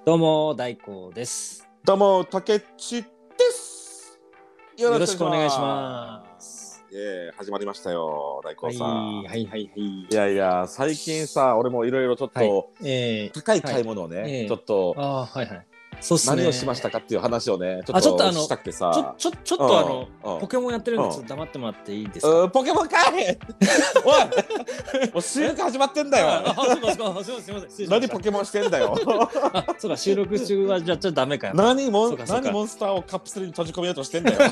どうも大光です。 どうもたけちです。 よろしくお願いします。 始まりましたよ大はい光さん。 はいはいはい。 いやいや最近さ俺もいろいろちょっと、高い買い物をね、ちょっとはいはい。そうっすね。 何をしましたかっていう話をねちょっとしたくてさ。 ちょっとポケモンやってるんでちょっと黙ってもらっていいですか。 ポケモンかいおいもう収録始まってんだよ。 そうかすみません。 何ポケモンしてんだよ。 そうか収録中はじゃあちょっとダメかよ。 何モンスターをカプセルに閉じ込めようとしてんだよ。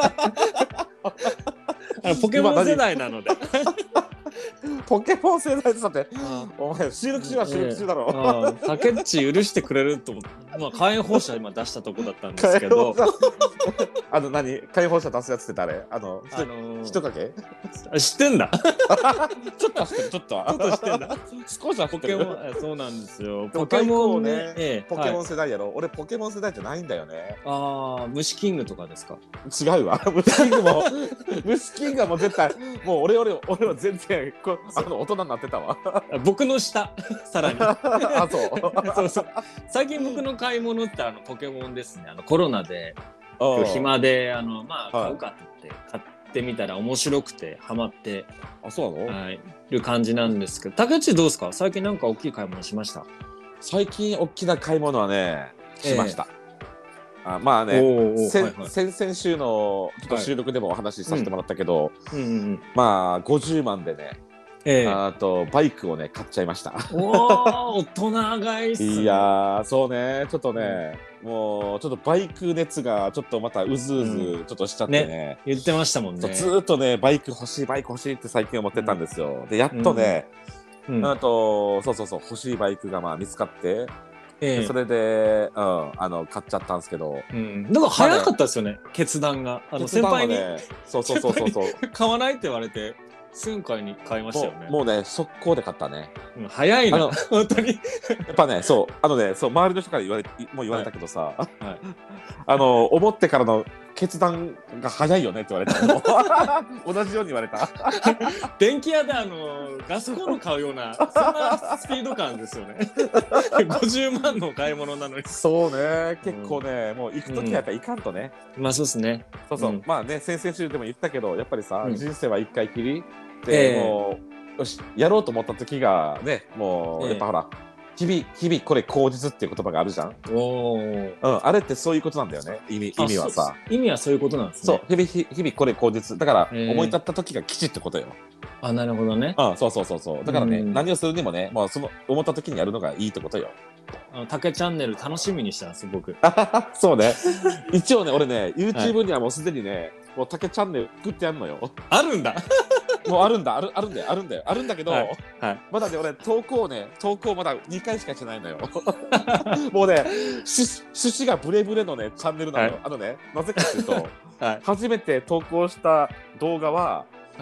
ポケモン世代なので。 ポケモン世代でさてお前収録中は収録中だろ。 タケッチ許してくれると思って、火炎放射今出したとこだったんですけど。 何火炎放射出すやつって誰？人影？ 知ってんだ。 ちょっと知ってんだ。少しはポケモン。 そうなんですよ。 ポケモンね。ポケモン世代やろ。俺ポケモン世代じゃないんだよね。 虫キングとかですか？ 違うわ。虫キングはもう絶対もう俺は全然大人になってたわ。 僕の下さらに。 そう。 最近僕の買い物ってポケモンですね。コロナで暇で買うかって買ってみたら面白くてハマってそうなの？ はいる感じなんですけど、竹内どうですか？最近なんか大きい買い物しました？ 最近大きな買い物はねしました。まあね、先々週のちょっと収録でもお話しさせてもらったけど、まあ50万でね、あとバイクをね買っちゃいました。 大人買いっすね。 いやそうねちょっとね、もうちょっとバイク熱がちょっとまたうずうずちょっとしちゃってね、 言ってましたもんね。 ずっとねバイク欲しいって最近思ってたんですよ。でやっとね、そう欲しいバイクが見つかって。それで、買っちゃったんですけど、 なんか早かったですよね、決断が。先輩にそう買わないって言われてすぐ買いましたよね。 もうね速攻で買ったね。 早いな本当に。 やっぱねそう周りの人から言われたけどさ、思ってからの決断が早いよねって言われたの。同じように言われた。 電気屋でガスコンロ買うようなそんなスピード感ですよね。50万の買い物なのに。 そうね結構ね、もう行く時はやっぱ行かんとね。 そうですね。 まあね先々週でも言ったけどやっぱりさ、人生は一回きりで、もうよしやろうと思った時がねもうやっぱほら、日々これ口実っていう言葉があるじゃん。あれってそういうことなんだよね。意味はさ。 意味はそういうことなんですね。 そう日々これ口実だから思い立った時が吉ってことよ。 なるほどね。 そうだからね、何をするにもねもうその思った時にやるのがいいってことよ。 竹チャンネル楽しみにしてます僕。 そうね。一応ね俺ね YouTube にはもうすでにねもう竹チャンネル作ってやんのよ。 あるんだ。 もうあるんだけど、まだね俺投稿まだ2回しかしてないのよ。もうね趣旨がブレブレのねチャンネルなのよ。なぜかっていうと、初めて投稿した動画は、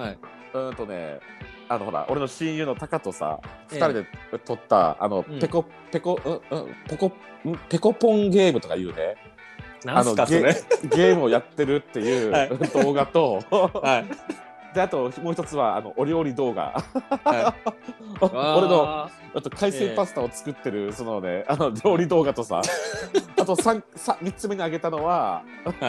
ほら俺の親友のタカとさ2人で撮ったペコポンゲームとかいうねゲームをやってるっていう動画と、であともう一つはお料理動画。俺の海鮮パスタを作ってるそのね料理動画とさ、あと3つ目にあげたのは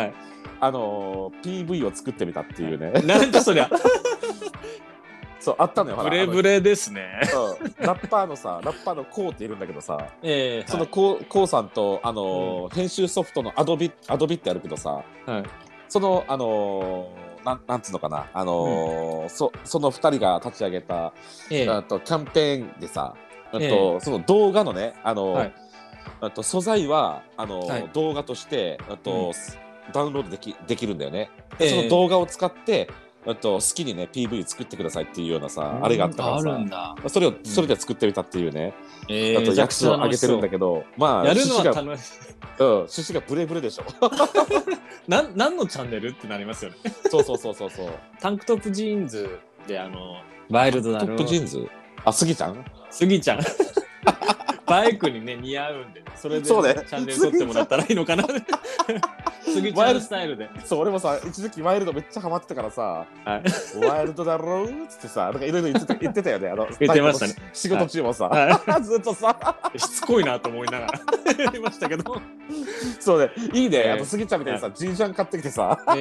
PV を作ってみたっていうね。 なんだそりゃ。 そうあったのよ。 ブレブレですね。 ラッパーのコウっているんだけどさ、そのコウさんと編集ソフトのアドビってあるけどさ、そのなんつうのかなその2人が立ち上げたキャンペーンでさ、その動画のね素材は動画としてダウンロードできるんだよね。その動画を使って好きにね PV 作ってくださいっていうようなさあれがあったからさ、それで作ってみたっていうね。あと役所を上げてるんだけど、 やるのは楽しい。 趣旨がブレブレでしょ。 何のチャンネルってなりますよね。 そうタンクトップジーンズでワイルドだろ。 トップジーンズスギちゃんバイクにね似合うんで、それで、 そうね、 チャンネル撮ってもらったらいいのかな。スギちゃんスタイルで。 そう、俺もさ、一時期ワイルドめっちゃハマってたからさ、 はい、 ワイルドだろうっつってさ、なんかいろいろ言ってたよね。 言ってましたね。 仕事中もさ、 はい、 ずっとさ、 しつこいなと思いながらやりましたけど。 そうね、いいね。あとスギちゃんみたいにさ、ジージャン買ってきてさ、 キ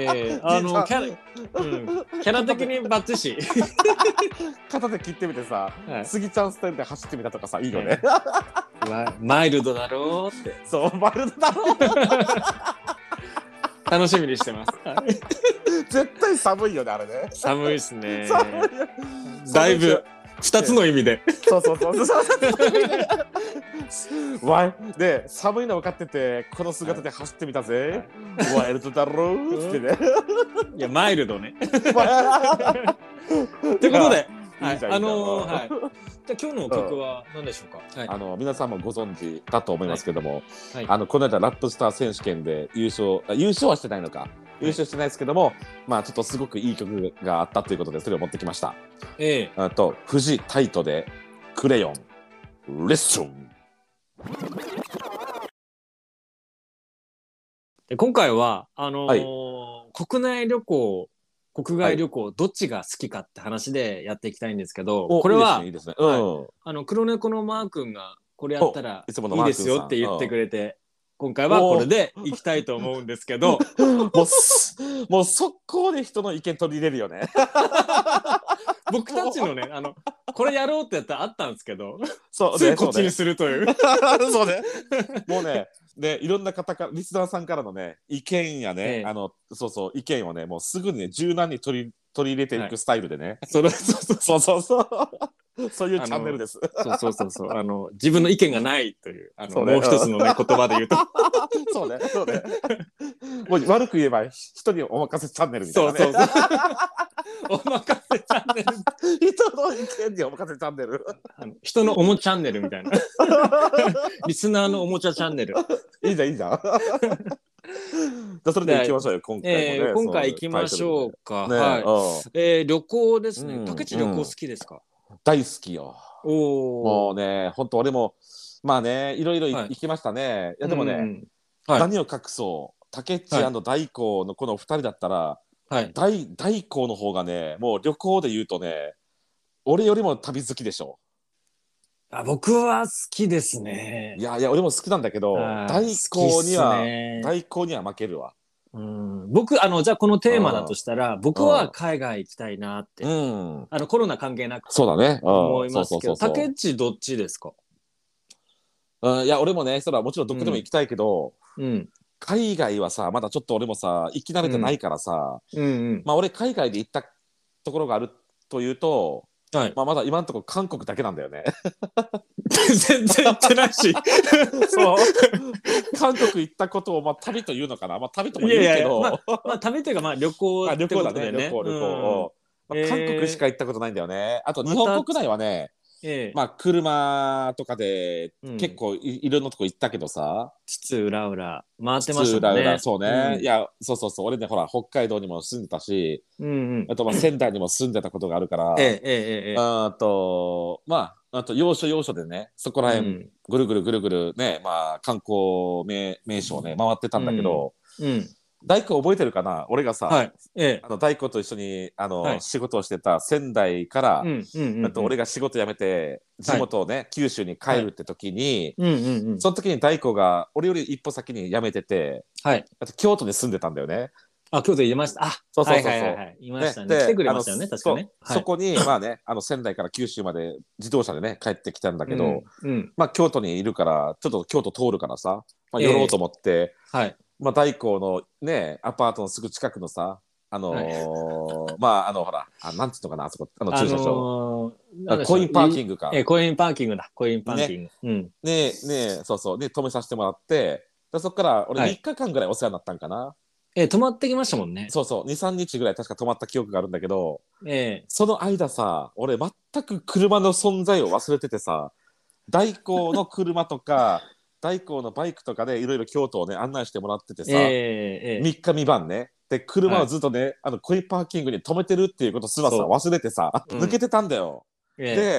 ャラ的にバッチシ。 片手切ってみてさ、スギちゃんスタイルで走ってみたとかさ、いいよね。 マイルドだろうって。 そう、マイルドだろう。 楽しみにしてます。 絶対寒いよね、あれね。 寒いっすね。だいぶ2つの意味で。 そう。で、寒いの分かってて、この姿で走ってみたぜ。ワイルドだろうってね。 いや、マイルドね。ということで、じゃあ今日の曲は何でしょうか。 皆さんもご存知だと思いますけども、この間ラップスター選手権で優勝はしてないのか、優勝してないですけども、まあちょっとすごくいい曲があったということで、それを持ってきました。フジタイトでクレヨンレッスン。 今回は国内旅行国外旅行、どっちが好きかって話でやっていきたいんですけど、これは黒猫のマー君がこれやったらいいですよって言ってくれて、今回はこれでいきたいと思うんですけど、 もう速攻で人の意見取り入れるよね。 僕たちのね、これやろうってやったらあったんですけど、 そうついこっちにするという。 そうね。もうね、でいろんな方からリスナーさんからのね意見やね、意見をねもうすぐにね柔軟に取り入れていくスタイルでね。そういうチャンネルです。 自分の意見がないというもう一つのね言葉で言うと。 そうね。もう悪く言えば人にお任せチャンネルみたいなね。 お任せチャンネル。 人の意見にお任せチャンネル。 人のおもチャンネルみたいな。リスナーのおもちゃチャンネル。 いいじゃん。じゃあそれで行きましょうよ、今回もね。 今回行きましょうか。旅行ですね。竹内旅行好きですか？ 大好きよ。もうね、本当俺もまあね、いろいろ行きましたね。いやでもね、何を隠そう、竹内&大光のこの2人だったら、大光の方がね、もう旅行で言うとね、俺よりも旅好きでしょ。 僕は好きですね。 いや俺も好きなんだけど、大光には負けるわ。 僕じゃあこのテーマだとしたら、僕は海外行きたいなって、コロナ関係なくそうだね思いますけど、竹内どっちですか？ いや俺もね、それはもちろんどこでも行きたいけど、海外はさまだちょっと俺もさ行き慣れてないからさ、まあ俺海外で行ったところがあるというと、まあまだ今のところ韓国だけなんだよね。 全然行ってないし。 そう韓国行ったことをまあ旅というのかな、まあ旅とも言うけど、まあ旅というかまあ旅行ってことでね。 旅行。韓国しか行ったことないんだよね。あと日本国内はね、まあ車とかで結構いろんなとこ行ったけどさ、 津々浦々回ってましたもんね。 そうね。いやそう俺ねほら北海道にも住んでたし、あとまあ仙台にも住んでたことがあるから、あと要所でね、そこら辺ぐるぐるね、まあ観光名所をね回ってたんだけど、大工覚えてるかな？俺がさ、大工と一緒に仕事をしてた仙台から、俺が仕事辞めて地元をね、九州に帰るって時に、その時に大工が俺より一歩先に辞めてて、あと京都に住んでたんだよね。 京都いました。そう。いましたね。来てくれましたよね、確かね。 そこにまあね、仙台から九州まで自動車でね帰ってきたんだけど、まあ京都にいるからちょっと京都通るからさ、寄ろうと思って、まあ大光のねアパートのすぐ近くのさ、まあほらなんつうのかな、あそこ駐車場、コインパーキングか。 コインパーキングだ。コインパーキング。 ねそうね、止めさせてもらって、そっから俺3日間ぐらいお世話になったんかな。 泊まってきましたもんね。 そう2、3日ぐらい確か泊まった記憶があるんだけど、その間さ俺全く車の存在を忘れててさ、大光の車とか大光のバイクとかでいろいろ京都をね案内してもらっててさ、3日3晩ね、で車をずっとね、コインパーキングに止めてるっていうことすらさ忘れてさ、抜けてたんだよ。で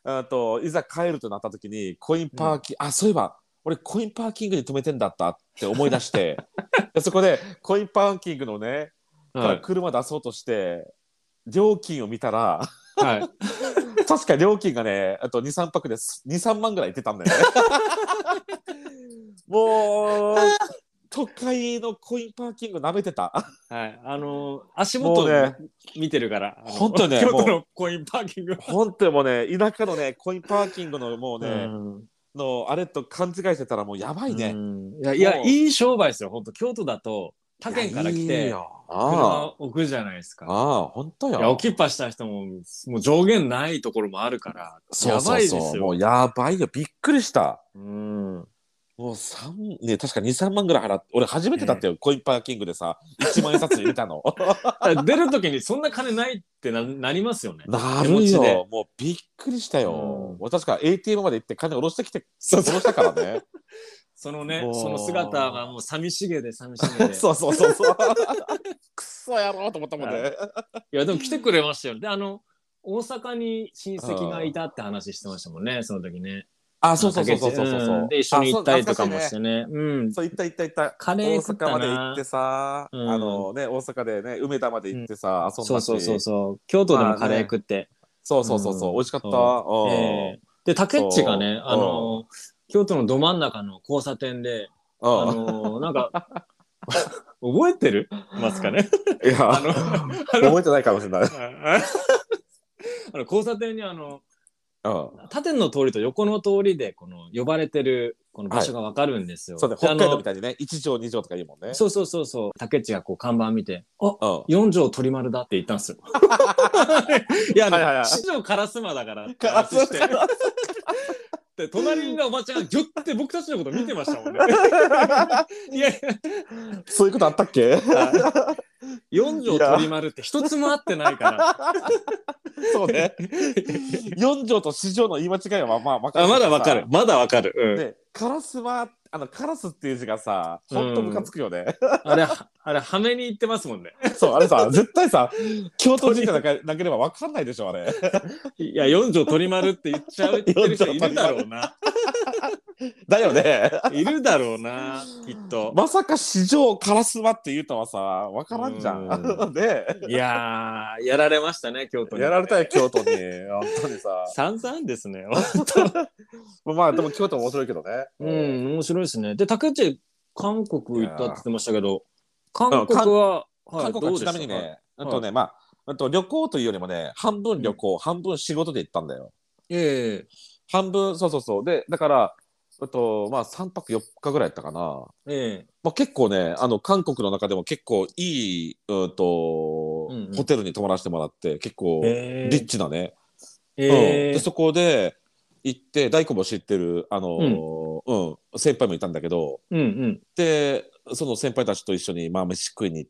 いざ帰るとなった時にコインパーキング、そういえば俺コインパーキングに止めてんだったって思い出してでそこでコインパーキングのねから車出そうとして料金を見たら、はい、確か料金がねあと 2,3 泊で 2,3 万ぐらい出たんだよねもう都会のコインパーキング舐めてた。 はい、足元ね見てるから本当ね京都のコインパーキング本当にもうね田舎のねコインパーキングのもうね、のあれと勘違いしてたらもうやばいね。 いやいい商売ですよ本当京都だと他県から来て車置くじゃないですか。 本当よ。 いや置きっぱした人ももう上限ないところもあるからやばいですよ。 もうやばいよびっくりした。もうね、確か 2,3 万ぐらい払って俺初めてだったよ、コインパーキングでさ1万円札入れたの出る時にそんな金ないってなりますよね。 なるよもうびっくりしたよ。確か ATM まで行って金下ろしてきて下ろしたからねその姿がもう寂しげでそうクソやろうと思ったもんねいやでも来てくれましたよ。で大阪に親戚がいたって話してましたもんねその時ね。 そうで一緒に行ったりとかもしてね。 そう行ったカレー食ったな。 大阪まで行ってさ大阪でね梅田まで行ってさ遊んだしそう京都でもカレー食ってそう美味しかった。 で竹内がね京都のど真ん中の交差点でなんか覚えてますかね。 いや覚えてないかもしれない交差点に縦の通りと横の通りでこの呼ばれてるこの場所が分かるんですよ。 そうね、北海道みたいにね1条2条とか言うもんね。 そう竹内がこう看板見て4条鳥丸だって言ったんですよ。いや4条烏丸だからって話してで隣のおばちゃんがギュッて僕たちのこと見てましたもんね。いやそういうことあったっけ ？4条鳥丸って一つも合ってないからそうね4条と4条の言い間違いはまだわかるでカラスはカラスっていう字がさほんとムカつくよねあれはめに行ってますもんね。 そうあれさ絶対さ京都人じゃなければ分かんないでしょあれ。 いや4条鳥丸って言っちゃうって言ってる人いるだろうなだよねいるだろうなきっと。 まさか四条烏丸って言うとはさ分からんじゃんね。 いややられましたね京都に。 やられたよ京都に本当にさ散々ですねまあでも京都も面白いけどね。 面白いですね。で竹内韓国行ったって言ってましたけど韓国はちなみにね旅行というよりもね半分旅行半分仕事で行ったんだよ。半分そうでだから3泊4日ぐらいやったかな。結構ね韓国の中でも結構いいホテルに泊まらせてもらって結構リッチなね。でそこで行って大久保知ってる先輩もいたんだけど、でその先輩たちと一緒に飯食いに行って、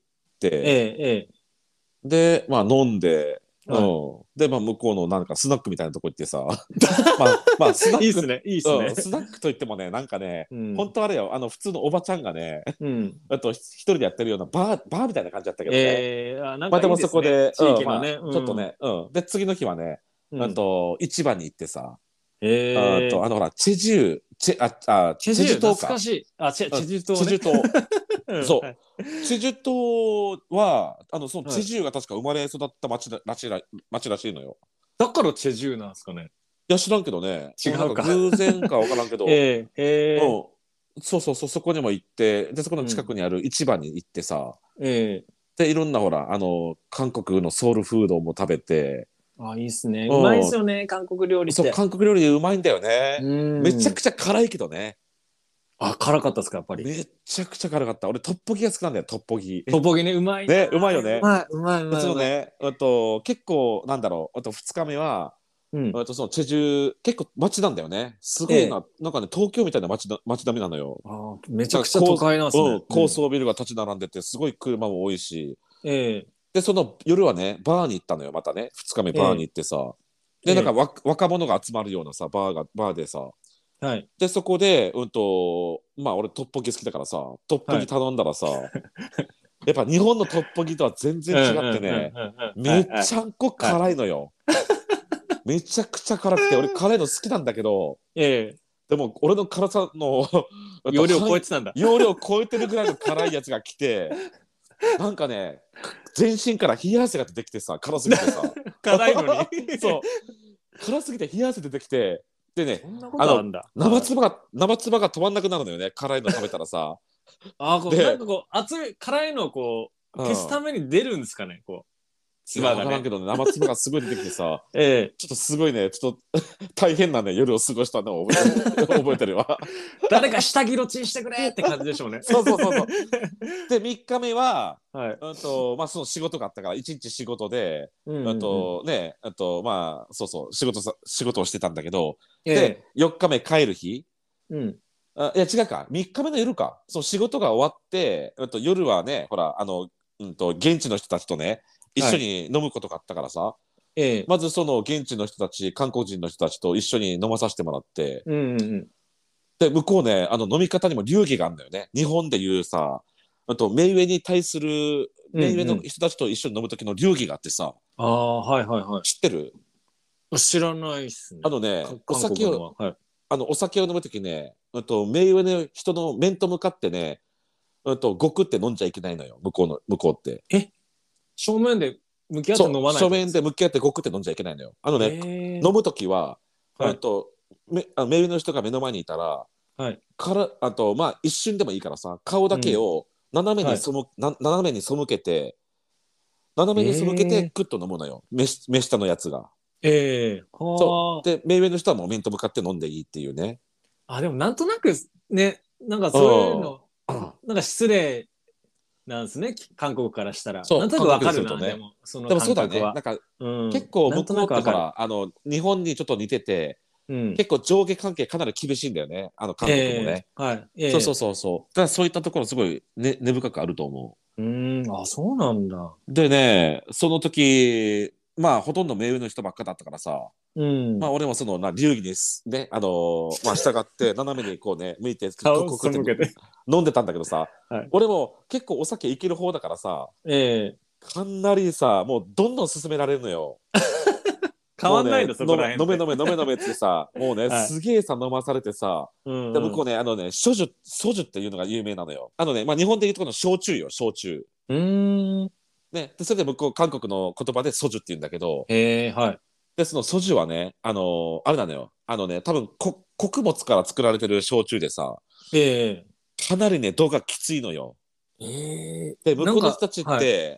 で飲んで。で向こうのなんかスナックみたいなとこ行ってさスナックいいっすねスナックといってもねなんかね本当あれよ普通のおばちゃんがね一人でやってるようなバーみたいな感じだったけどね。でもそこでちょっとねで次の日はね市場に行ってさほらチェジュ島か。 チェジュ島そうチェジュ島はそのチェジュが確か生まれ育った町らしいのよ。 だからチェジュなんですかね。 いや知らんけどね違うか偶然か分からんけどそこにも行ってでそこの近くにある市場に行ってさでいろんなほら韓国のソウルフードも食べて。 いいっすね。うまいっすよね韓国料理って。 そう韓国料理うまいんだよね。めちゃくちゃ辛いけどね。 辛かったですかやっぱり。 めちゃくちゃ辛かった。俺トッポギが好きなんだよトッポギねうまいね。うまいよね。 うまいそうね結構なんだろう2日目はそのチェジュ結構街なんだよね。すごいなんかね東京みたいな街並みなのよ。 めちゃくちゃ都会なんですね。 高層ビルが立ち並んでてすごい車も多いしでその夜はねバーに行ったのよまたね2日目バーに行ってさでなんか若者が集まるようなさバーでさでそこで俺トッポギ好きだからさトッポギ頼んだらさやっぱ日本のトッポギとは全然違ってねめちゃんこ辛いのよ。 めちゃくちゃ辛くて、俺辛いの好きなんだけど、でも俺の辛さの容量超えてたんだ。 容量超えてるぐらいの辛いやつが来て、なんかね、全身から冷や汗が出てきてさ、辛すぎてさ。 辛いのにそう。辛すぎて冷や汗出てきて、でね、生唾が止まんなくなるのよね、辛いの食べたらさ。 なんかこう熱い辛いのをこう消すために出るんですかね、こう。 分からんけどね、生唾がすごい出てきてさ、ちょっとすごいね、ちょっと大変なね、夜を過ごしたのを覚えてるわ。 誰か下着ロチンしてくれって感じでしょうね。 そう。で、3日目は、まあ、その仕事があったから、1日仕事で、まあ、仕事をしてたんだけど、で、4日目帰る日、いや、違うか、3日目の夜か、その仕事が終わって、夜はね、ほら、現地の人たちとね、一緒に飲むことがあったからさ、まずその現地の人たち、韓国人の人たちと一緒に飲まさせてもらって、で向こうね、飲み方にも流儀があるんだよね。日本でいうさ、目上に対する目上の人たちと一緒に飲む時の流儀があってさ、知ってる？ 知らないっすね。 お酒を飲む時ね、目上の人の面と向かってね、ごくって飲んじゃいけないのよ、向こうって。 正面で向き合って飲まない。 正面で向き合ってごくって飲んじゃいけないのよ。飲むときは、目上の人が目の前にいたら、まあ一瞬でもいいからさ、顔だけを斜めに背けて、斜めに背けてクッと飲むのよ、目下のやつが。そうで、目上の人はもう面と向かって飲んでいいっていうね。 でもなんとなくね、なんかそういうのなんか失礼なんですね、韓国からしたら。なんとなくわかるな、でもその感覚は。 でもそうだね、なんか、結構向こうってほら、日本にちょっと似てて、結構上下関係かなり厳しいんだよね、韓国もね。そうだからそういったところすごい、根深くあると思う。そうなんだ。 でね、その時まあほとんど目上の人ばっかだったからさ、まあ俺もその流儀ですね、まあ従って斜めにこうね向いて飲んでたんだけどさ、俺も結構お酒いける方だからさ、かなりさ、もうどんどん勧められるのよ。 変わんないんだ、そこらへん。飲めってさ、もうね、すげえさ飲まされてさ、で向こうね、ソジュっていうのが有名なのよ。まあ日本でいうとこの焼酎よ、焼酎。ね、でそれで向こう韓国の言葉でソジュって言うんだけど、でそのソジュはね、あれなのよ、多分穀物から作られてる焼酎でさ、かなりね度がきついのよ。で向こうの人たちって、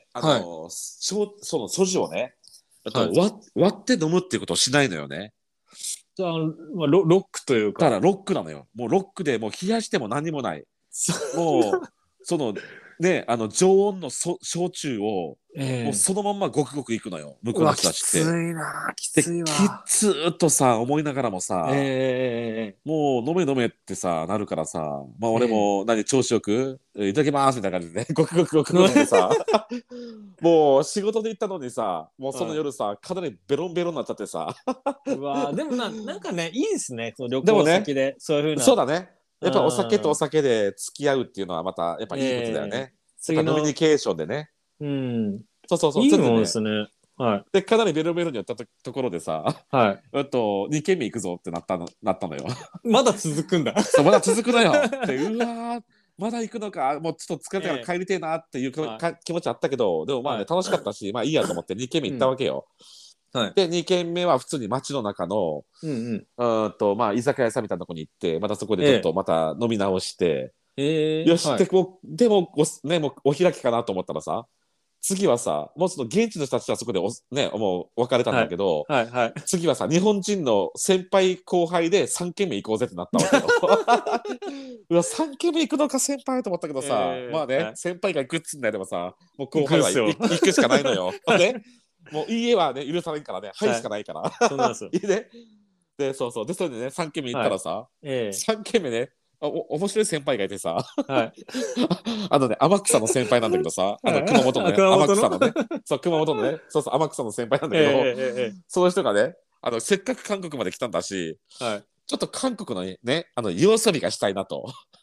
そのソジュをね、割って飲むっていうことをしないのよね。 ロックというか。 だからロックなのよ。もうロックでもう冷やしても何もない。もうそのね、常温の焼酎を、もうそのまんまごくごくいくのよ、向こうの人たちって。 きついな、きついわ。 きつーっとさ思いながらもさ、もう飲めってさなるからさ、まあ俺も調子よくいただきますみたいな感じでね、ごくごくごくごくってさもう仕事で行ったのにさ、もうその夜さ、かなりベロンベロンになっちゃってさうわでもなんかね、いいですね、その旅行先でそういうふうな。 そうだね、やっぱお酒とお酒で付き合うっていうのはまたやっぱいいことだよね。次のノミニケーションでね。そういいもんですね。 でかなりベロベロにやったところでさ、2軒目行くぞってなったのよ。 まだ続くんだ。 そう、まだ続くのよ。でうわまだ行くのか、もうちょっと疲れたから帰りてえなっていう気持ちあったけど、でもまあね、楽しかったし、まあいいやと思って2軒目行ったわけよ。で2軒目は普通に街の中のまあ居酒屋さんみたいなとこに行って、またそこでちょっとまた飲み直して、よし、でもね、もうお開きかなと思ったらさ、次はさ、もうその現地の人たちはそこでもう別れたんだけど、次はさ、日本人の先輩後輩で3軒目行こうぜってなったわけよ。うわ、3軒目行くのか先輩と思ったけどさ、まあね、先輩が行くっつんだよ。でもさ、もう後輩は行くしかないのよ。もう家はね許さないからね、はいしかないから。そうなんですよ。で、そう、でそれでね3軒目行ったらさ、3軒目ね、面白い先輩がいてさ、天草の先輩なんだけどさ、熊本のね、天草のね、そう、熊本のね、そう、天草の先輩なんだけど、その人がね、せっかく韓国まで来たんだし、ちょっと韓国のね、夜遊びがしたいなと。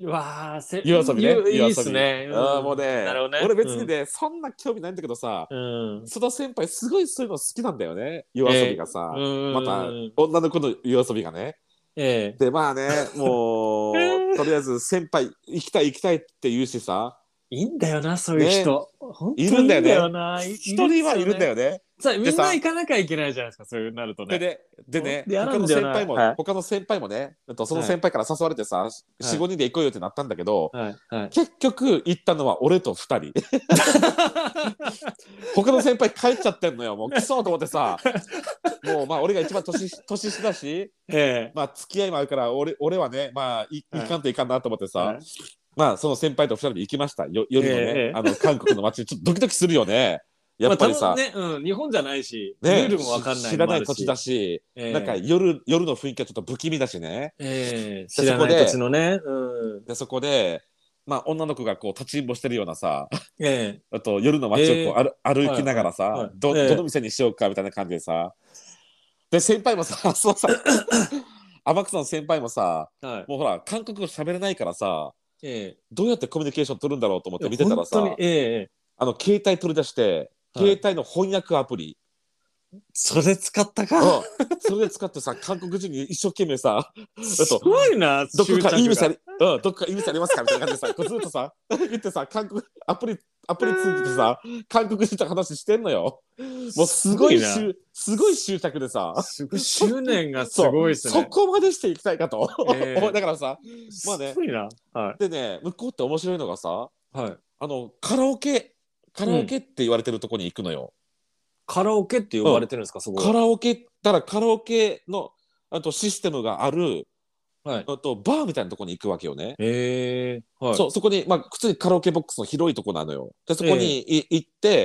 わあ、 夜遊びね。 いいっすね。 もうね、俺別にね、そんな興味ないんだけどさ、その先輩すごいそういうの好きなんだよね。夜遊びがさ、また女の子の夜遊びがね。でまあね、もうとりあえず先輩行きたいって言うしさ。 いいんだよな、そういう人。 いるんだよね。一人はいるんだよね。 さあ、みんな行かなきゃいけないじゃないですか、そうなるとね。 でね、他の先輩もね、その先輩から誘われてさ、4、5人で行こうよってなったんだけど、結局行ったのは俺と2人。他の先輩帰っちゃってんのよ。もう来そうと思ってさ、もうまあ俺が一番年下だし、まあ付き合いもあるから俺はね、まあ行かんといかんなと思ってさ、まあその先輩と2人で行きました。夜のね、韓国の街、ちょっとドキドキするよね。やっぱりさ、 日本じゃないし、ルールも分かんない、 知らない土地だし、なんか夜の雰囲気はちょっと不気味だしね。 知らない土地のね。 でそこで、まあ女の子がこう立ちんぼしてるようなさ、あと夜の街をこう歩きながらさ、どの店にしようかみたいな感じでさ、で先輩もさ、そうさ、天草の先輩もさ、もうほら韓国語喋れないからさ、どうやってコミュニケーション取るんだろうと思って見てたらさ、携帯取り出して携帯の翻訳アプリ、 それ使ったか。 それで使ってさ、韓国人に一生懸命さ、 すごいな、 どこかいい店ありますかみたいな感じでさ、ずっとさ言ってさ、韓国アプリ通じてさ、韓国人と話してんのよ。もうすごい執着でさ、 執念がすごいっすね。 そこまでしていきたいかと思いながらさ、まあね、でね、向こうって面白いのがさ、カラオケって言われてるとこに行くのよ。 カラオケって呼ばれてるんですか、そこ。 カラオケのシステムがある、バーみたいなとこに行くわけよね。そこにまあ普通にカラオケボックスの広いとこなのよ。でそこに行って、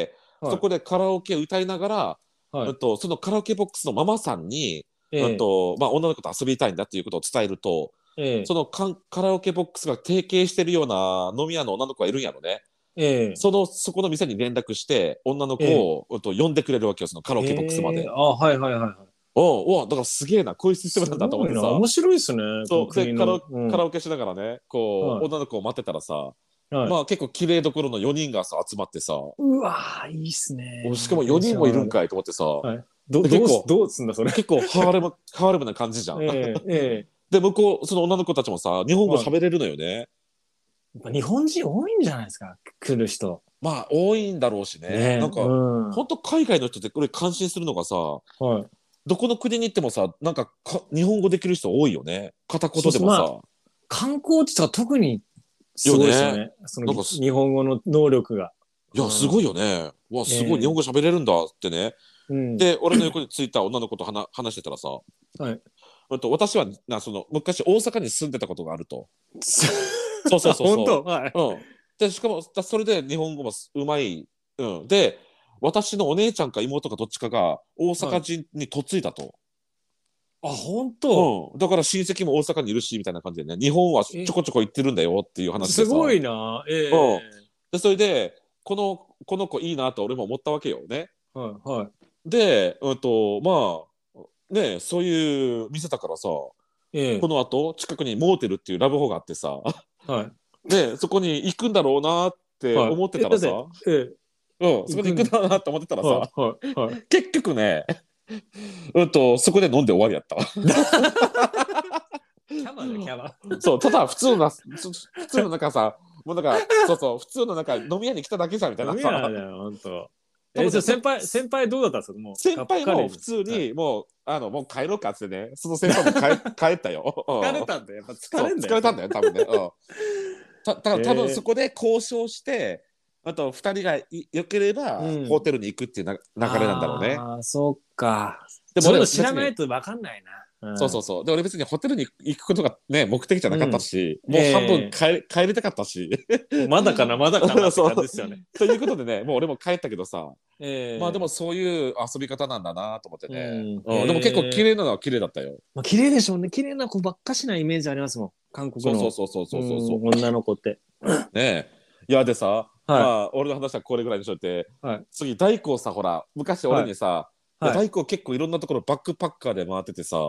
そこでカラオケ歌いながら、そのカラオケボックスのママさんに、まあ女の子と遊びたいんだっていうことを伝えると、そのカラオケボックスが提携してるような飲み屋の女の子がいるんやろね。そこの店に連絡して女の子を、呼んでくれるわけよ、そのカラオケボックスまで。だからすげえな、こういうシステムなんだと思ってさ。 面白いっすね。 そうでカラオケしながらね、こう、女の子を待ってたらさ、まあ結構綺麗どころの4人がさ集まってさ、 うわー、いいっすね。 しかも4人もいるんかいと思ってさ、 どうすんだそれ。 結構ハーレムな感じじゃん。で向こうその女の子たちもさ、日本語喋れるのよね。 日本人多いんじゃないですか、来る人。 まあ多いんだろうしね。なんか本当海外の人ってこれ感心するのがさ、どこの国に行ってもさ、なんか日本語できる人多いよね。片言でもさ。 観光地とか特にすごいですよね。その日本語の能力が。 いやすごいよね。わ、すごい日本語喋れるんだってね。で俺の横に着いた女の子と話してたらさ、私はその昔大阪に住んでたことがあると。そう本当。でしかもそれで日本語もうまい。で私のお姉ちゃんか妹かどっちかが大阪人に嫁いだと。 本当。 だから親戚も大阪にいるしみたいな感じでね、日本はちょこちょこ行ってるんだよっていう話でさ。 すごいな。 でそれでこの子いいなと俺も思ったわけよね。でまあね、そういう店だからさ、この後近くにモーテルっていうラブホがあってさ、でそこに行くんだろうなって思ってたらさ、そこに行くんだろうなって思ってたらさ、結局ね、そこで飲んで終わりやったわ。 キャバ。 そう、ただ普通の中さ、もうなんかそう普通の中飲み屋に来ただけじゃんみたいなさ。 本当。先輩どうだったんですか。もう先輩も普通にもう帰ろうかってね、その先輩も帰ったよ。 疲れたんだよ。やっぱ疲れたんだよ多分ね。だから多分そこで交渉して、あと2人が良ければホテルに行くっていう流れなんだろうね。 そっか。でも俺知らないと分かんないな。 そうで俺別にホテルに行くことがね目的じゃなかったし、もう半分帰りたかったし、 まだかなって感じですよね。 ということでね、もう俺も帰ったけどさ、まあでもそういう遊び方なんだなと思ってね。でも結構綺麗なのは綺麗だったよ。 綺麗でしょうね。綺麗な子ばっかしなイメージありますもん、韓国の女の子って。 ね。いやでさ、まあ俺の話はこれぐらいにしといて、次大光さ、ほら昔俺にさ、大光結構いろんなところバックパッカーで回っててさ、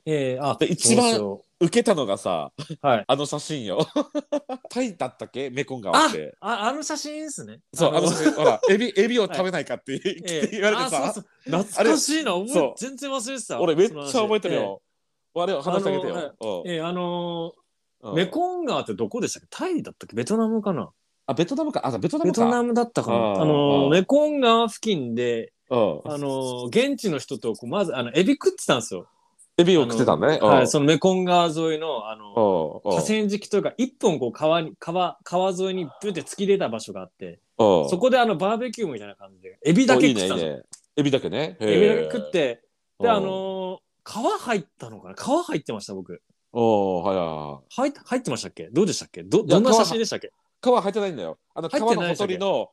で一番受けたのがさ、あの写真よ。タイだったっけ、メコン川って。 あの写真ですね。 そう、あの写真、ほら、エビを食べないかって言われてさ。 懐かしいな、全然忘れてた。 俺めっちゃ覚えてるよ。あれを話してあげてよ。メコン川ってどこでしたっけ？タイだったっけ？ベトナムかな？ ベトナムか。ベトナムだったかな。メコン川付近で、現地の人とまずエビ食ってたんですよ。 エビを食ってたね。 はい、そのメコン川沿いの河川敷というか、一本こう川沿いにブって突き出た場所があって、そこでバーベキューみたいな感じでエビだけ食ってたんですよ。 エビだけね。 エビだけ食って、で川入ったのかな？川入ってました、僕。入ってましたっけ？どうでしたっけ？どんな写真でしたっけ？ 川入ってないんだよ。川のほとりの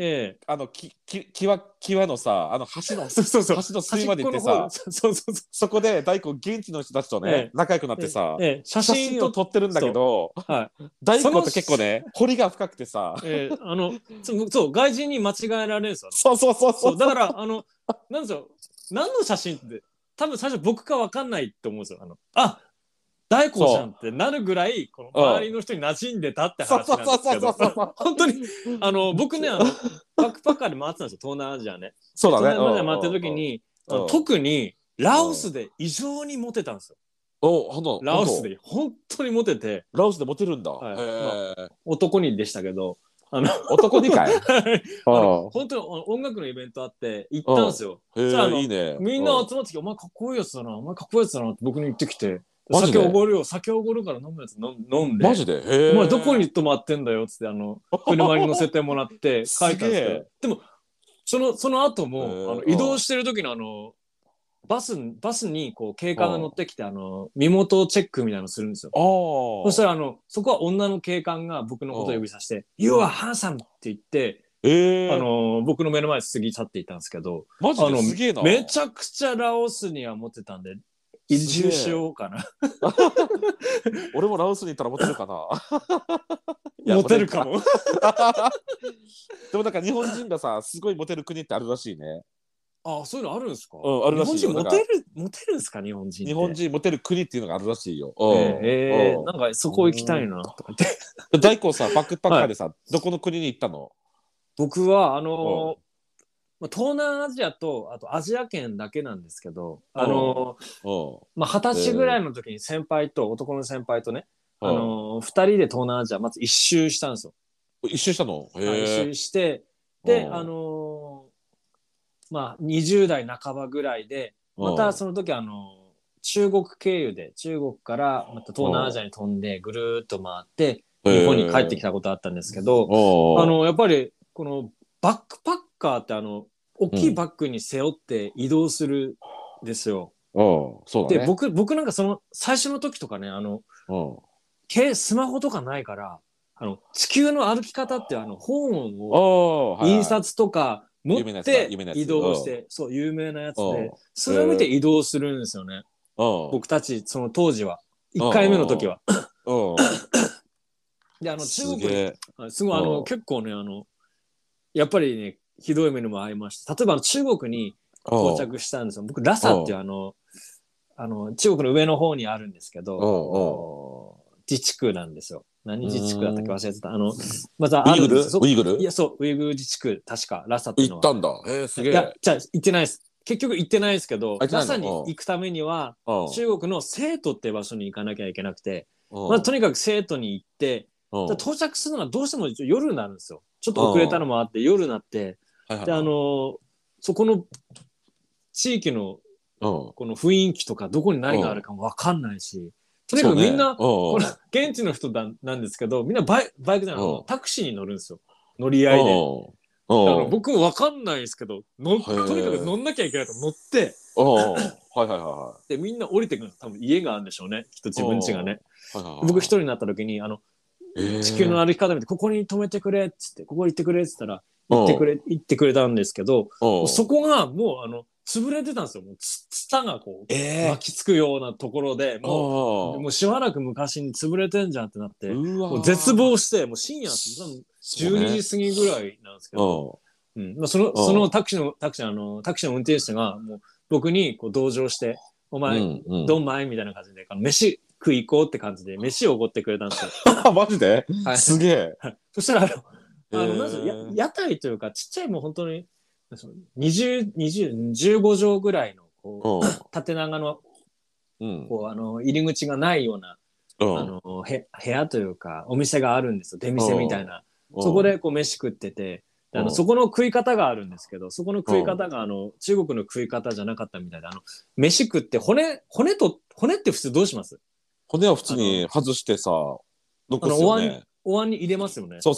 際のさ、橋の水まで行ってさ、そこで大根現地の人たちとね、仲良くなってさ、写真を撮ってるんだけど、大根って結構ね、彫りが深くてさ、 そう、外人に間違えられるんですよ。そうだからなんですよ、何の写真って多分最初僕か分かんないって思うんですよ。大根じゃんってなるぐらいこの周りの人に馴染んでたって話なんですけど、本当に僕ねバックパッカーで回ってたんですよ、東南アジアね。 そうだね。 東南アジア回ってる時に特にラオスで異常にモテたんですよ。ラオスで本当にモテて。 ラオスでモテるんだ。 男にでしたけど。 男にかい。 本当に音楽のイベントあって行ったんですよ。 いいね。 みんな集まってきて、お前かっこいいやつだな、お前かっこいいやつだなって僕に言ってきて。酒おごるよ、酒おごるから飲むやつ飲んで。 マジで？ お前どこに泊まってんだよっつって車に乗せてもらって帰ったんですけど、でもその後も移動してる時のバスにこう警官が乗ってきて身元チェックみたいなのするんですよ。そしたらそこは女の警官が僕のことを呼びさせて「You are handsome」って言って。僕の目の前過ぎ去っていたんですけど、 マジですげえな。 めちゃくちゃラオスには持ってたんで移住しようかな。 俺もラオスに行ったらモテるかな。 モテるかも。 でもなんか日本人がさ、すごいモテる国ってあるらしいね。 そういうのあるんですか？ あるらしいよ。 日本人モテるんですか？日本人モテる国っていうのがあるらしいよ。 なんかそこ行きたいなとかって。 大根さ、バックパッカーでさ、どこの国に行ったの？ 僕は東南アジアとあとアジア圏だけなんですけど、20歳ぐらいの時に男の先輩とね、2人で東南アジアまず一周したんですよ。 一周したの？ 一周してで20代半ばぐらいでまたその時中国経由で中国からまた東南アジアに飛んでぐるーっと回って日本に帰ってきたことあったんですけど、やっぱりこのバックパッカーって大きいバッグに背負って移動するんですよ。 そうだね。 で僕なんかその最初の時とかねスマホとかないから地球の歩き方って本を印刷とか持って移動してそう有名なやつでそれを見て移動するんですよね。僕たちその当時は1回目の時は。で中国すごい結構ねやっぱりねひどい目にも遭いました。例えば中国に到着したんですよ。僕ラサっていう中国の上の方にあるんですけど自治区なんですよ。何自治区だったっけ忘れてた。またウイグル？ いやそうウイグル自治区確かラサっていうのは。 行ったんだ。すげえ。 いやじゃあ行ってないです。結局行ってないですけどラサに行くためには中国の成都って場所に行かなきゃいけなくて、とにかく成都に行って到着するのはどうしても夜になるんですよ。ちょっと遅れたのもあって夜になって。でそこの地域のこの雰囲気とかどこに何があるかも分かんないしとにかくみんなこの現地の人なんですけどみんなバイクじゃないタクシーに乗るんですよ乗り合いで。僕も分かんないですけどとにかく乗んなきゃいけないと乗ってでみんな降りてくるんです。多分家があるんでしょうねきっと自分家がね。僕一人になった時に地球の歩き方見てここに止めてくれっつってここ行ってくれっつったら行ってくれたんですけどそこがもう潰れてたんですよ。もうツタがこう巻きつくようなところでもうしばらく昔に潰れてんじゃんってなってもう絶望してもう深夜12時過ぎぐらいなんですけどそのタクシーの運転手がもう僕にこう同乗してお前、どんまいみたいな感じで、飯食い行こうって感じで、飯をおごってくれたんですよ。マジで、はい、すげえ。 そしたら、まず屋台というか、ちっちゃいもう本当に、15畳ぐらいの、こう、縦長の、こう、入り口がないような、部屋というか、お店があるんですよ。出店みたいな。そこでこう飯食ってて、そこの食い方があるんですけど、そこの食い方が中国の食い方じゃなかったみたいで、飯食って骨って普通どうします？ 骨は普通に外してさ、 残すよね。お椀に入れますよね。 そう。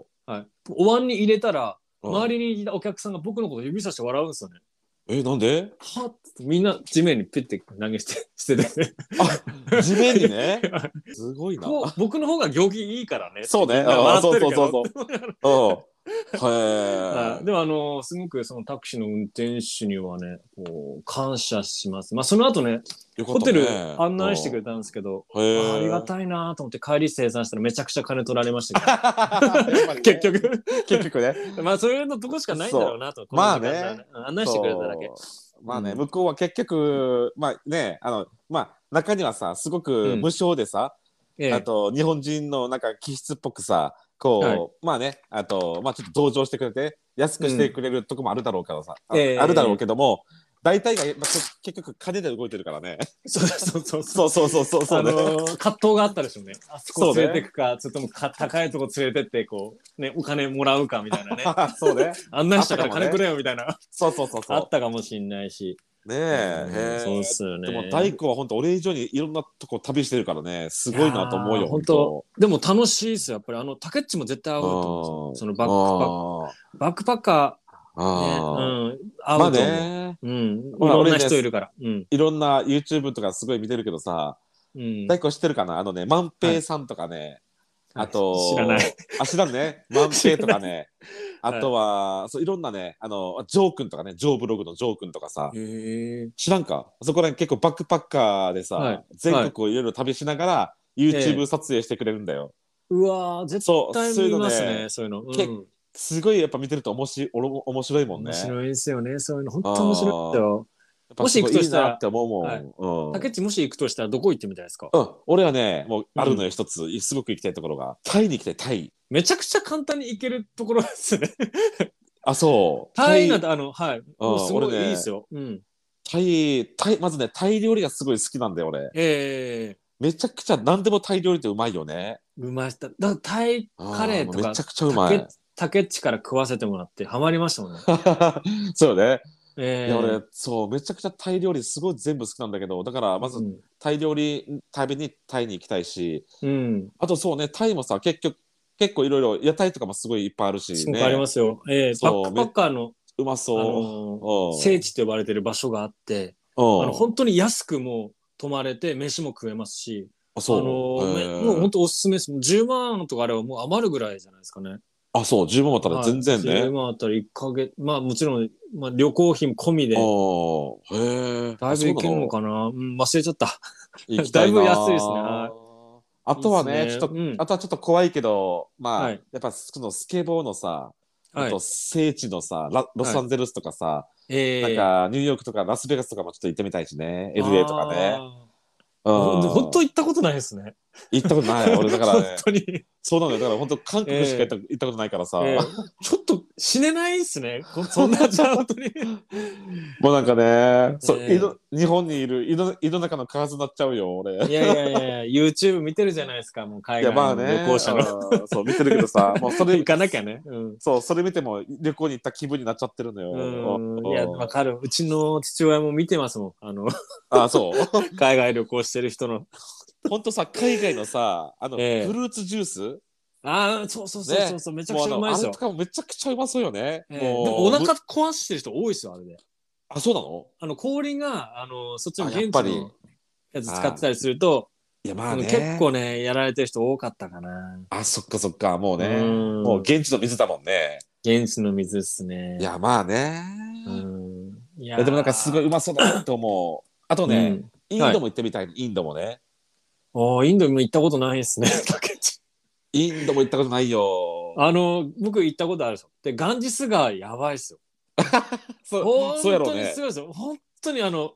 はい。お椀に入れたら、周りにいたお客さんが僕のこと指さして笑うんですよね。 なんで？ はっみんな地面にピッて投げしててあ、地面にね。すごいな。 僕の方が行儀いいからね。 そうね。 笑ってるけど。 でもすごくそのタクシーの運転手にはね、こう感謝します。まあその後ね、ホテル案内してくれたんですけど、ありがたいなと思って帰り生産したらめちゃくちゃ金取られましたけど、 結局ね。 まあそういうのとこしかないんだろうなと。 まあね、 案内してくれただけ。 まあね、向こうは結局まあね、まあ中にはさ、すごく無償でさ、あと日本人のなんか気質っぽくさ、こう、まあね、あとまあちょっと同情してくれて安くしてくれるとこもあるだろうからさ、あるだろうけども、大体が結局金で動いてるからね。 そう葛藤があったでしょうね。あそこ連れてくか、それとも高いとこ連れてってこうね、お金もらうかみたいなね。 そうね。 案内したから金くれよみたいな。 そうあったかもしんないし。 ねえ、そうっすよね。でも大工は本当俺以上にいろんなとこ旅してるからね、すごいなと思うよ。 本当。でも楽しいですよ。やっぱりタケッチも絶対合うと思うんですよ。そのバックパッカー合うと思う。いろんな人いるから。 いろんな YouTube とかすごい見てるけどさ、大工知ってるかな、万平さんとかね。あと知らない。 知らんね。万平とかね。あとは、そういろんなね、ジョー君とかね、ジョーブログのジョー君とかさ、知らんか？そこら辺結構バックパッカーでさ、全国をいろいろ旅しながら YouTube 撮影してくれるんだよ。 うわー、絶対見ますね、そういうの。 すごいやっぱ見てると面白いもんね。 面白いですよね、そういうの。本当面白いですよ。もし行くとしたら、竹内もし行くとしたらどこ行ってみたいですか？ 俺はね、もうあるのよ、一つ、すごく行きたいところが。タイに行きたい、タイ。 めちゃくちゃ簡単に行けるところですね。 そう。 タイなんてすごいいいですよ。 タイ、まずね、タイ料理がすごい好きなんだよ、俺。めちゃくちゃ何でもタイ料理ってうまいよね。 うまい。だからタイカレーとかめちゃくちゃうまい。 竹内から食わせてもらってハマりましたもんね。 そうね。いや俺そうめちゃくちゃタイ料理すごい全部好きなんだけど、だからまずタイ料理食べにタイに行きたいし、あとそうね、タイもさ結構いろいろ屋台とかもすごいいっぱいあるしね。 ありますよ。バックパッカーのうまそう聖地と呼ばれてる場所があって、本当に安くも泊まれて飯も食えますし、もう本当おすすめです。10万とかあればもう余るぐらいじゃないですかね。 そう、10万あったら全然ね。 10万あったら1ヶ月、まあもちろん、旅行費も込みで。だいぶいけるのかな。忘れちゃった。だいぶ安いですね。 あとはね、あとはちょっと怖いけど、まあ、やっぱそのスケボーのさ、あと聖地のさ、ロサンゼルスとかさ、なんかニューヨークとかラスベガスとかもちょっと行ってみたいしね、LA とかね。 本当行ったことないですね。 行ったことない俺だからね。 本当にそうなのよ。だから本当韓国しか行ったことないからさ、 ちょっと死ねないっすね。そんなじゃ本当に。 もうなんかね、日本にいる井の中の蛙になっちゃうよ俺。 いや YouTube 見てるじゃないですか、もう海外の旅行者の。 そう見てるけどさ、もうそれ行かなきゃね。 そうそれ見ても旅行に行った気分になっちゃってるのよ。 いやわかる。うちの父親も見てますもん。そう海外旅行してる人の。 ほんとさ、海外のさ、フルーツジュース、 そうめちゃくちゃうまいですよ。 あれとかもめちゃくちゃうまそうよね。 でもお腹壊してる人多いですよ、あれで。 そうなの？ 氷がそっちの現地のやつ使ってたりすると、結構ねやられてる人多かったかな。 そっか、もうね、もう現地の水だもんね。 現地の水っすね。 いやまあね。いやでもなんかすごいうまそうだなと思う。あとね、インドも行ってみたい。インドもね。 インドも行ったことないですね。 インドも行ったことないよ。 僕行ったことあるんですよ。で、ガンジス川やばいっすよ。 そうやろうね。 本当にすごいですよ。本当に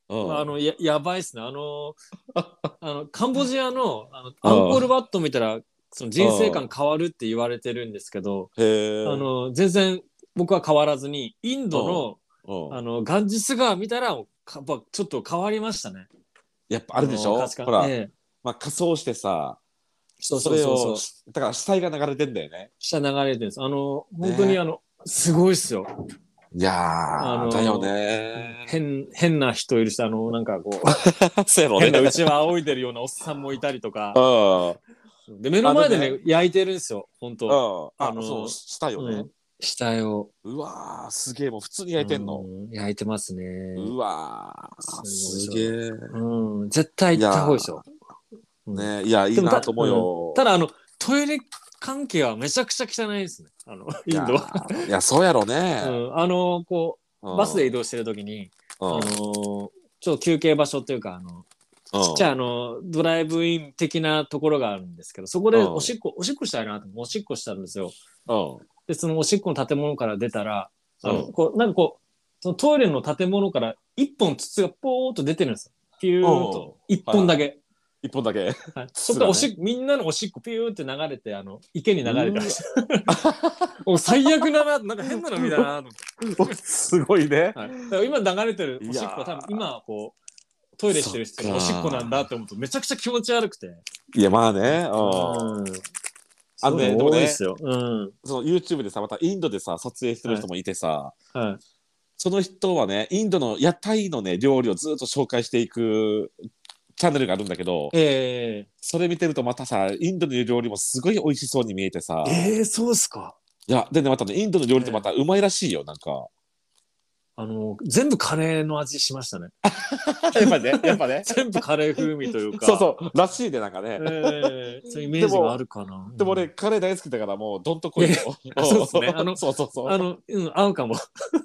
やばいっすね。カンボジアの、アンコールワット見たら、その人生観変わるって言われてるんですけど、全然僕は変わらずに、インドの、ガンジス川見たら、ちょっと変わりましたね。 やっぱあれでしょ、ほら、まあ、仮装してさ、それを、だから死体が流れてんだよね。 死体流れてるんです。本当にすごいっすよ。 いやー、だよね。 変な人いるし、なんかこう、 変なうちわ仰いでるようなおっさんもいたりとか。で、目の前でね、焼いてるんですよ、本当。 そう、したよね。 死体を。 うわー、すげえ、もう普通に焼いてんの。 焼いてますね。 うわー、すげえ。 絶対行った方がいいですよ。 ね、いや、いいなと思うよ。 ただ、トイレ関係はめちゃくちゃ汚いですね。インドは。 いや、そうやろね。 こう、バスで移動してるときに、ちょっと休憩場所っていうか、ちっちゃいドライブイン的なところがあるんですけど、そこでおしっこしたいなと思って、おしっこしたんですよ。で、そのおしっこの建物から出たら、なんかこう、そのトイレの建物から一本筒がポーっと出てるんですよ。ピューッと。一本だけ。 一本だけ。 そこからみんなのおしっこピューって流れて、池に流れてました。もう最悪だな、なんか変なの見たなと。 すごいね。 だから今流れてるおしっこは多分今こう、トイレしてる人のおしっこなんだって思うとめちゃくちゃ気持ち悪くて。 いや、まあね。でもね、その YouTube でさ、またインドでさ、撮影してる人もいてさ、その人はね、インドの屋台のね、料理をずっと紹介していくチャンネルがあるんだけど、それ見てるとまたさ、インドの料理もすごい美味しそうに見えてさ。 そうっすか。 いや、でね、またね、インドの料理ってまたうまいらしいよ、なんか。 全部カレーの味しましたね。 やっぱね。 全部カレー風味というか。 そうらしいで、なんかね。 そういうイメージがあるかな。 でも俺、カレー大好きだからもうどんとこいよ。 そうですね。合うかも。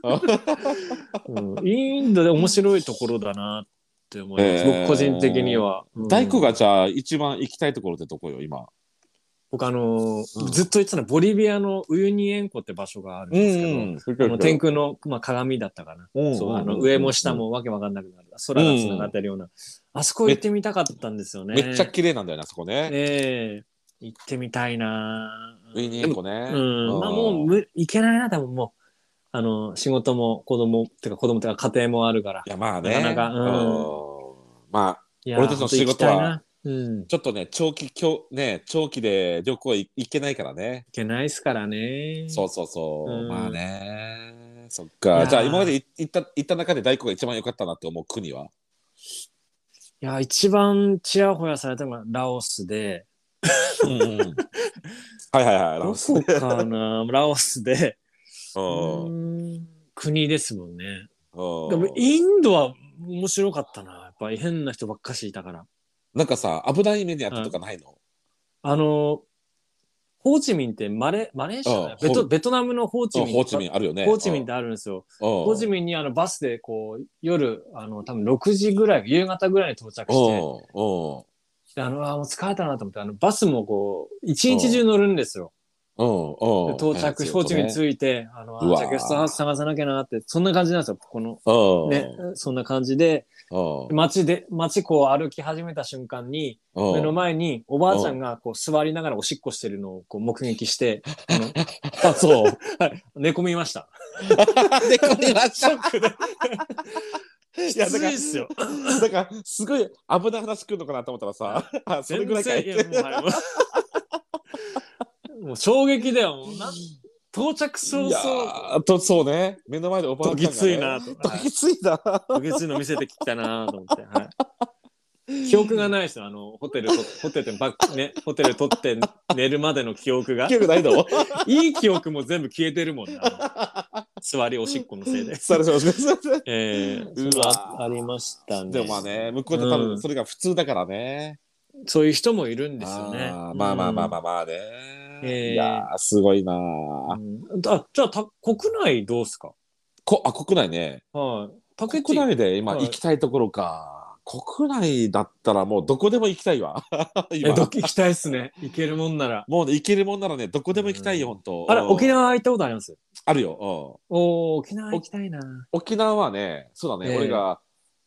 インドで面白いところだなって思います。僕個人的には。 大工がじゃあ一番行きたいところってどこよ、今。 僕ずっと言ってたのはボリビアのウユニ塩湖って場所があるんですけど、天空の、鏡だったかな。上も下もわけわかんなくなる。空がつながってるような。あそこ行ってみたかったんですよね。 めっちゃ綺麗なんだよね、あそこね。 行ってみたいな。 ウユニ塩湖ね。 まあもう行けないな、多分もう。仕事も子供ってか家庭もあるから。 いや、まあね。 なかなか。 まあ、俺たちの仕事は。ちょっとね、長期で旅行行けないからね。 行けないですからね。 まあね。そっか。じゃあ今まで行った中で大工が一番良かったなって思う国は？ いや、一番ちやほやされたのがラオスで。 ラオス。どこかな、ラオスで。国ですもんね。でもインドは面白かったな。やっぱり変な人ばっかしいたから。 なんかさ、危ない目にあったとかないの？ ホーチミンってマレーシア、ベトナムのホーチミン。 ホーチミンあるよね。 ホーチミンってあるんですよ。ホーチミンにバスでこう夜多分6時ぐらい、夕方ぐらいに到着して、もう疲れたなと思ってバスもこう一日中乗るんですよ。到着、ホーチミン着いて、じゃあゲストハウス探さなきゃなって、そんな感じなんですよ。このね、そんな感じで。街こう歩き始めた瞬間に、目の前におばあちゃんがこう座りながらおしっこしてるのをこう目撃して、 そう。 寝込みました。 寝込みました。ショックで。 いや、だから、すごい危ない話来るのかなと思ったらさ、それぐらいかい。 もう衝撃だよ。到着早々。 そうね。目の前でおばあちゃんが、ね。 どぎついなと。 どぎついな。 どぎついの見せてきたなと思って。記憶がないですよ。ホテル取って寝るまでの記憶が。 記憶ないの？ いい記憶も全部消えてるもんね。座りおしっこのせいで。ありましたね。 でもまあね、向こうで多分それが普通だからね。 そういう人もいるんですよね。 まあね。いやー、すごいなー。 じゃあ国内どうすか？ 国内ね。国内で今行きたいところか。国内だったらもうどこでも行きたいわ。 行きたいっすね。行けるもんなら。 もうね、行けるもんならね、どこでも行きたいよ、ほんと。 沖縄行ったことあります？ あるよ。 沖縄行きたいな。 沖縄はね、そうだね、俺が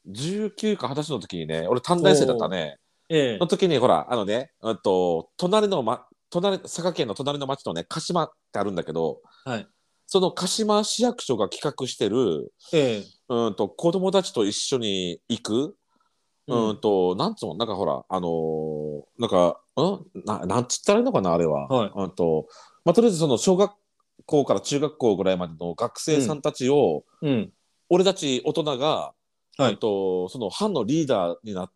19か20歳の時にね、俺短大生だったね。の時にほら隣佐賀県の隣の町のね鹿島ってあるんだけど、はい、その鹿島市役所が企画してる、子供たちと一緒に行く、なんつうの、なんかほらなんかなんつったらいいのかなあれは、はい、とりあえずその小学校から中学校ぐらいまでの学生さんたちを、俺たち大人が、はい、その班のリーダーになって、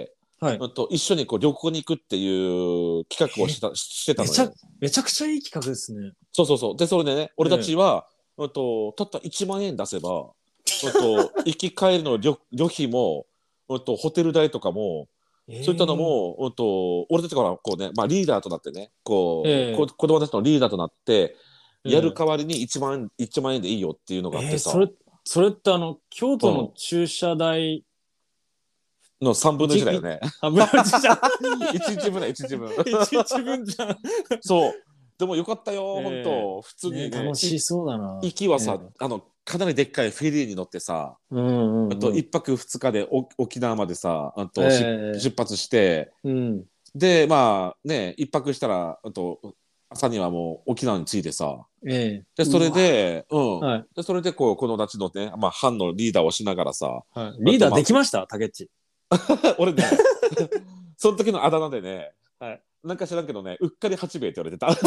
はい、一緒にこう旅行に行くっていう企画をしてたのよ。 めちゃくちゃいい企画ですね。 そうでそれでね、俺たちは、たった1万円出せば行き帰りの旅費もホテル代とかも、そういったのも俺たちからこうね、リーダーとなってね、こう、子供たちのリーダーとなってやる代わりに1万円でいいよっていうのがあってさ、 それって京都の駐車代の3分の1だよね。 3分の1じゃん。 1日分だ、1日分。 1日分じゃん。 そう。でもよかったよ、本当普通にね。 楽しそうだな。 行きはさ、かなりでっかいフェリーに乗ってさ、1泊2日で沖縄までさ、出発して、で、1泊したら、朝にはもう沖縄に着いてさ、でそれで、でそれでこうたちのね、班のリーダーをしながらさ、 リーダーできました竹内。 俺ねその時のあだ名でね、なんか知らんけどね、うっかり八兵衛って言われてた。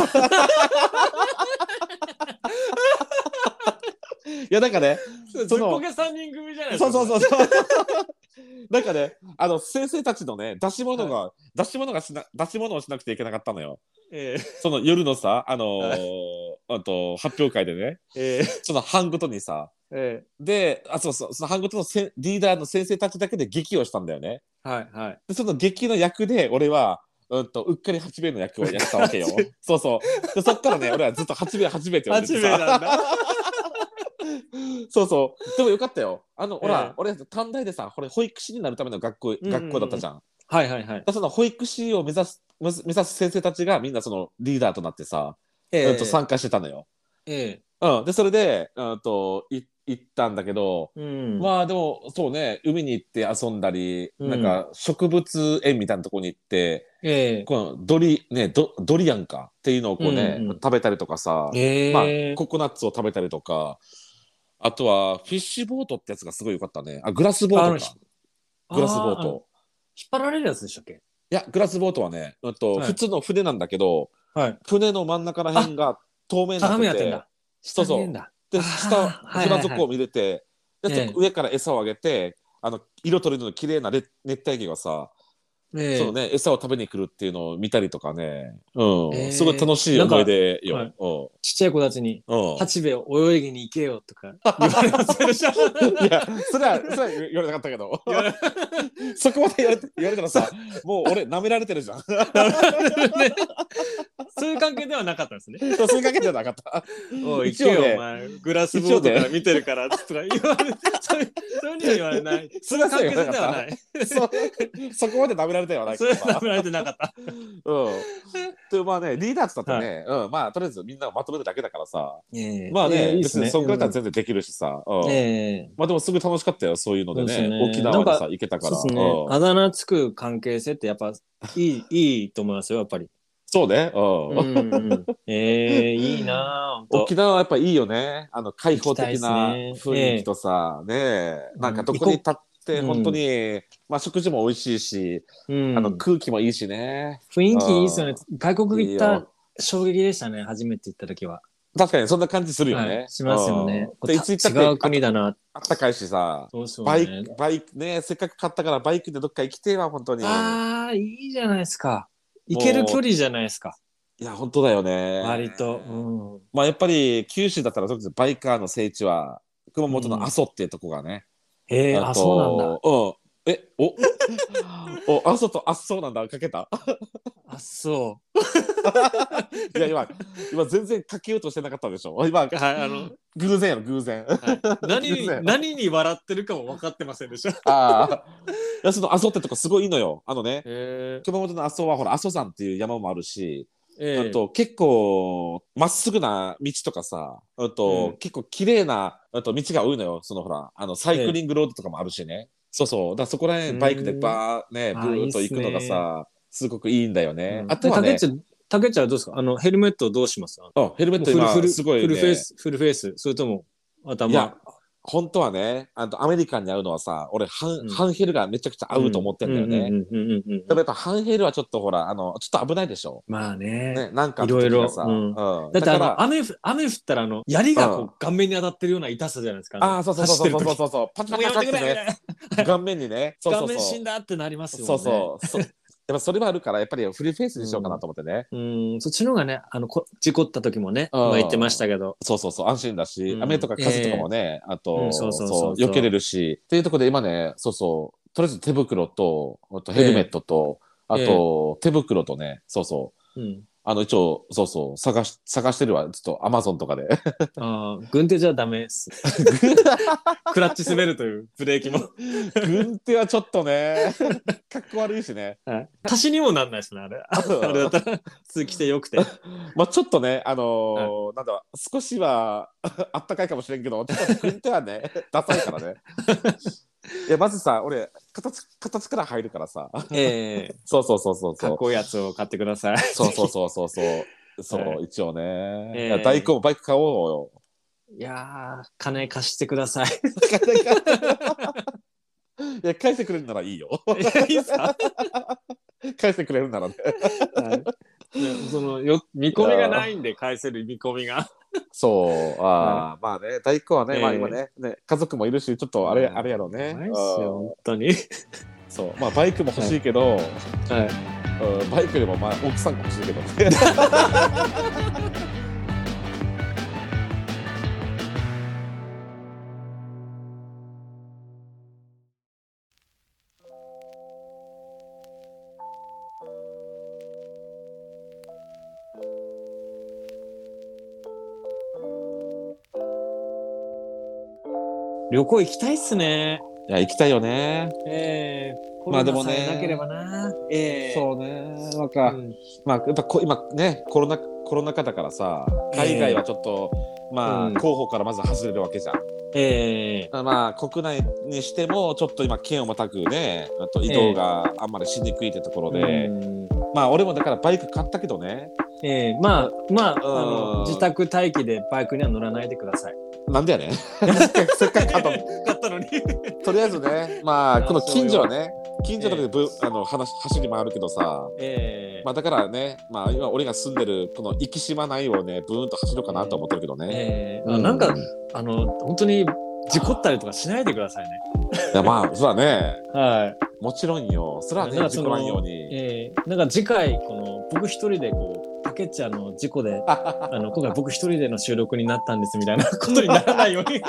いやなんかね、 ずっこけ3人組じゃないですか。 そうなんかね、先生たちのね出し物をしなくてはいけなかったのよ。その夜のさ発表会でね、その班ごとにさ、でその班ごとのリーダーの先生たちだけで劇をしたんだよね。でその劇の役で俺はうっかり八兵衛の役をやったわけよ。でそっからね俺はずっと八兵衛って呼んでてさ。なんだ。でもよかったよ。俺短大でさ、保育士になるための学校だったじゃん。その保育士を目指す先生たちがみんなそのリーダーとなってさ、参加してたのよ。でそれで行ったんだけど、でもそうね、海に行って遊んだり、なんか植物園みたいなとこに行って、このドリアンかっていうのをこうね、食べたりとかさ、ココナッツを食べたりとか、あとはフィッシュボートってやつがすごい良かったね。グラスボートか。グラスボート。 引っ張られるやつでしたっけ？ いや、グラスボートはね、普通の船なんだけど、船の真ん中ら辺が透明になってて、 鏡やってんだ。 そうで、下船底を見れて、上から餌をあげて、色とりどりの綺麗な熱帯魚がさ、そのね、餌を食べに来るっていうのを見たりとかね、すごい楽しい思い出よ。 ちっちゃい子たちに八兵衛泳ぎに行けよとか言われますでしょ。 いや、それは言われなかったけど、そこまで言われたらさ、もう俺舐められてるじゃん。 そういう関係ではなかったんですね。 そういう関係ではなかった。 一応ね、お前グラスボートから見てるからとか言われて、そういうふうには言われない。そういう関係ではない。 そこまで舐められてはないから。それは舐められてなかった。でリーダーって言ったってね、とりあえずみんなをまとめるだけだからさ、別にそんくらいだったら全然できるしさ、でもすぐ楽しかったよ、そういうのでね、沖縄にさ行けたから。 あだ名つく関係性ってやっぱいいと思いますよ、やっぱり。 そうね。 いいな。 沖縄はやっぱいいよね。開放的な雰囲気とさ、なんかどこに立って本当に食事も美味しいし、空気もいいしね。 雰囲気いいですよね。外国行った衝撃でしたね。初めて行った時は。 確かにそんな感じするよね。 しますよね。 違う国だな。 あったかいしさ、バイクね、せっかく買ったからバイクでどっか行きてえわ、本当に。 ああ、いいじゃないですか。行ける距離じゃないですか。 いや、本当だよね。 割と。 やっぱり九州だったら、バイカーの聖地は、熊本の阿蘇っていうとこがね。 そうなんだ。 阿蘇とそうなんだ、かけた。 そう。 いや、今全然かけようとしてなかったでしょ。今、偶然やろ、偶然。 何に笑ってるかも分かってませんでした。 その阿蘇ってとこすごいいいのよ。熊本の阿蘇はほら阿蘇山っていう山もあるし、結構まっすぐな道とかさ、結構綺麗な道が多いのよ。そのほらサイクリングロードとかもあるしね。 そうそう。だからそこら辺バイクでバーね、ブーっと行くのがさ、すごくいいんだよね。あとはね。 たけちゃんはどうですか？ヘルメットどうします？ ヘルメット今すごいね。 フルフェイス、それとも頭？ いや、本当はね、アメリカンに合うのはさ、俺ハンヘルがめちゃくちゃ合うと思ってんだよね。でもやっぱハンヘルはちょっとほら、ちょっと危ないでしょ。 まあね。 なんかいろいろさ。 だって雨降ったら槍がこう顔面に当たってるような痛さじゃないですか。 そう。パチパチパチってね。顔面にね。 顔面死んだってなりますよね。 そう。やっぱそれはあるからやっぱりフルフェイスにしようかなと思ってね。 そっちの方がね、事故った時もね、言ってましたけど。 そう安心だし、雨とか風とかもね、あと避けれるしっていうところで今ね、とりあえず手袋とヘルメットとあと手袋とね、一応探してるわ、ちょっとアマゾンとかで。 軍手じゃダメです。クラッチ滑るというブレーキも。 軍手はちょっとね、かっこ悪いしね。 足しにもなんないですね、あれ。あれだったら通気性良くて。 まあちょっとね、なんだ少しはあったかいかもしれんけど、ちょっと軍手はね、ダサいからね。いやまずさ、俺形から入るからさ。そう。 かっこいいやつを買ってください。 そう、一応ね。バイク買おうよ。 いや金貸してください。 いや返してくれるならいいよ。 いいっすか？ 返してくれるならね。 見込みがないんで返せる見込みが。 まあね、大工はね、まあ今ね、家族もいるし、ちょっとあれやろうね。 ないっすよ、本当に。 まあバイクも欲しいけど、バイクよりもまあ奥さんが欲しいけどね。 旅行行きたいっすね。 いや行きたいよね。 まあでもね、なければな。 そうね。なんか、まあやっぱ今ねコロナ禍だからさ、海外はちょっとまあ候補からまず外れるわけじゃん。まあ国内にしてもちょっと今県をまたぐね、あと移動があんまりしにくいってところで、まあ俺もだからバイク買ったけどね。 まあ自宅待機でバイクには乗らないでください。 なんでやねん。せっかく買ったのに。とりあえずね、まあこの近所はね、近所とかで走り回るけどさ、まあだからね、まあ今俺が住んでるこの壱岐島内をね、ブーンと走ろうかなと思ってるけどね。 なんか本当に事故ったりとかしないでくださいね。 いやまあそうだね。 はい。 もちろんよ。それはね、事故らんように。 なんか次回僕一人でたけちゃんの事故で今回僕一人での収録になったんですみたいなことにならないように。い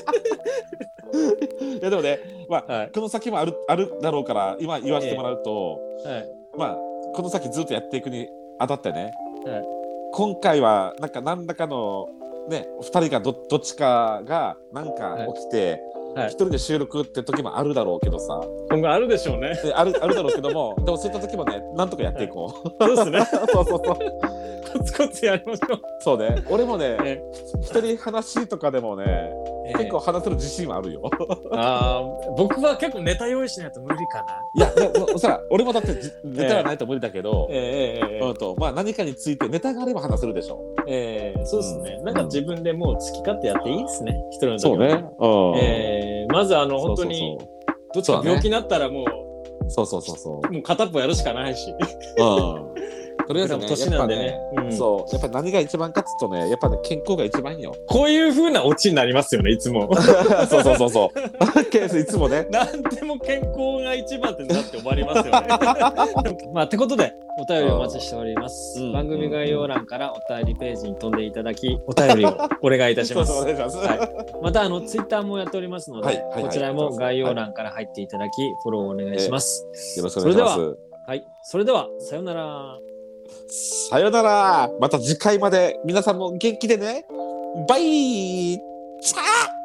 やでもね、まあこの先もあるだろうから今言わせてもらうと、まあこの先ずっとやっていくにあたってね、今回はなんか何らかのね、2人がどっちかがなんか起きて、一人で収録って時もあるだろうけどさ、 今後あるでしょうね。 あるだろうけども、でもそういった時もね、なんとかやっていこう。 そうですね。 そう。 コツコツやりましょう。 そうね。俺もね、一人話とかでもね、結構話せる自信はあるよ。 僕は結構ネタ用意しないと無理かな。 いや、でもさ、俺もだってネタがないと無理だけど、まあ何かについてネタがあれば話せるでしょ。 そうですね。なんか自分でもう好き勝手やっていいですね。一人の時は。 そうね。 まず本当にどっちか病気になったらもう、もう片っぽやるしかないし。とりあえずね、年なんでね。 そう、やっぱ何が一番かつとね、やっぱね、健康が一番よ。 こういう風なオチになりますよね、いつも。 そう。ケースいつもね。 なんでも健康が一番ってなって終わりますよね。まあ、ってことで、お便りお待ちしております。番組概要欄からお便りページに飛んでいただき、お便りをお願いいたします。また、ツイッターもやっておりますので、こちらも概要欄から入っていただき、フォローお願いします。 よろしくお願いします。 それでは、さよなら。 さよなら。また次回まで皆さんも元気でね。バイチャー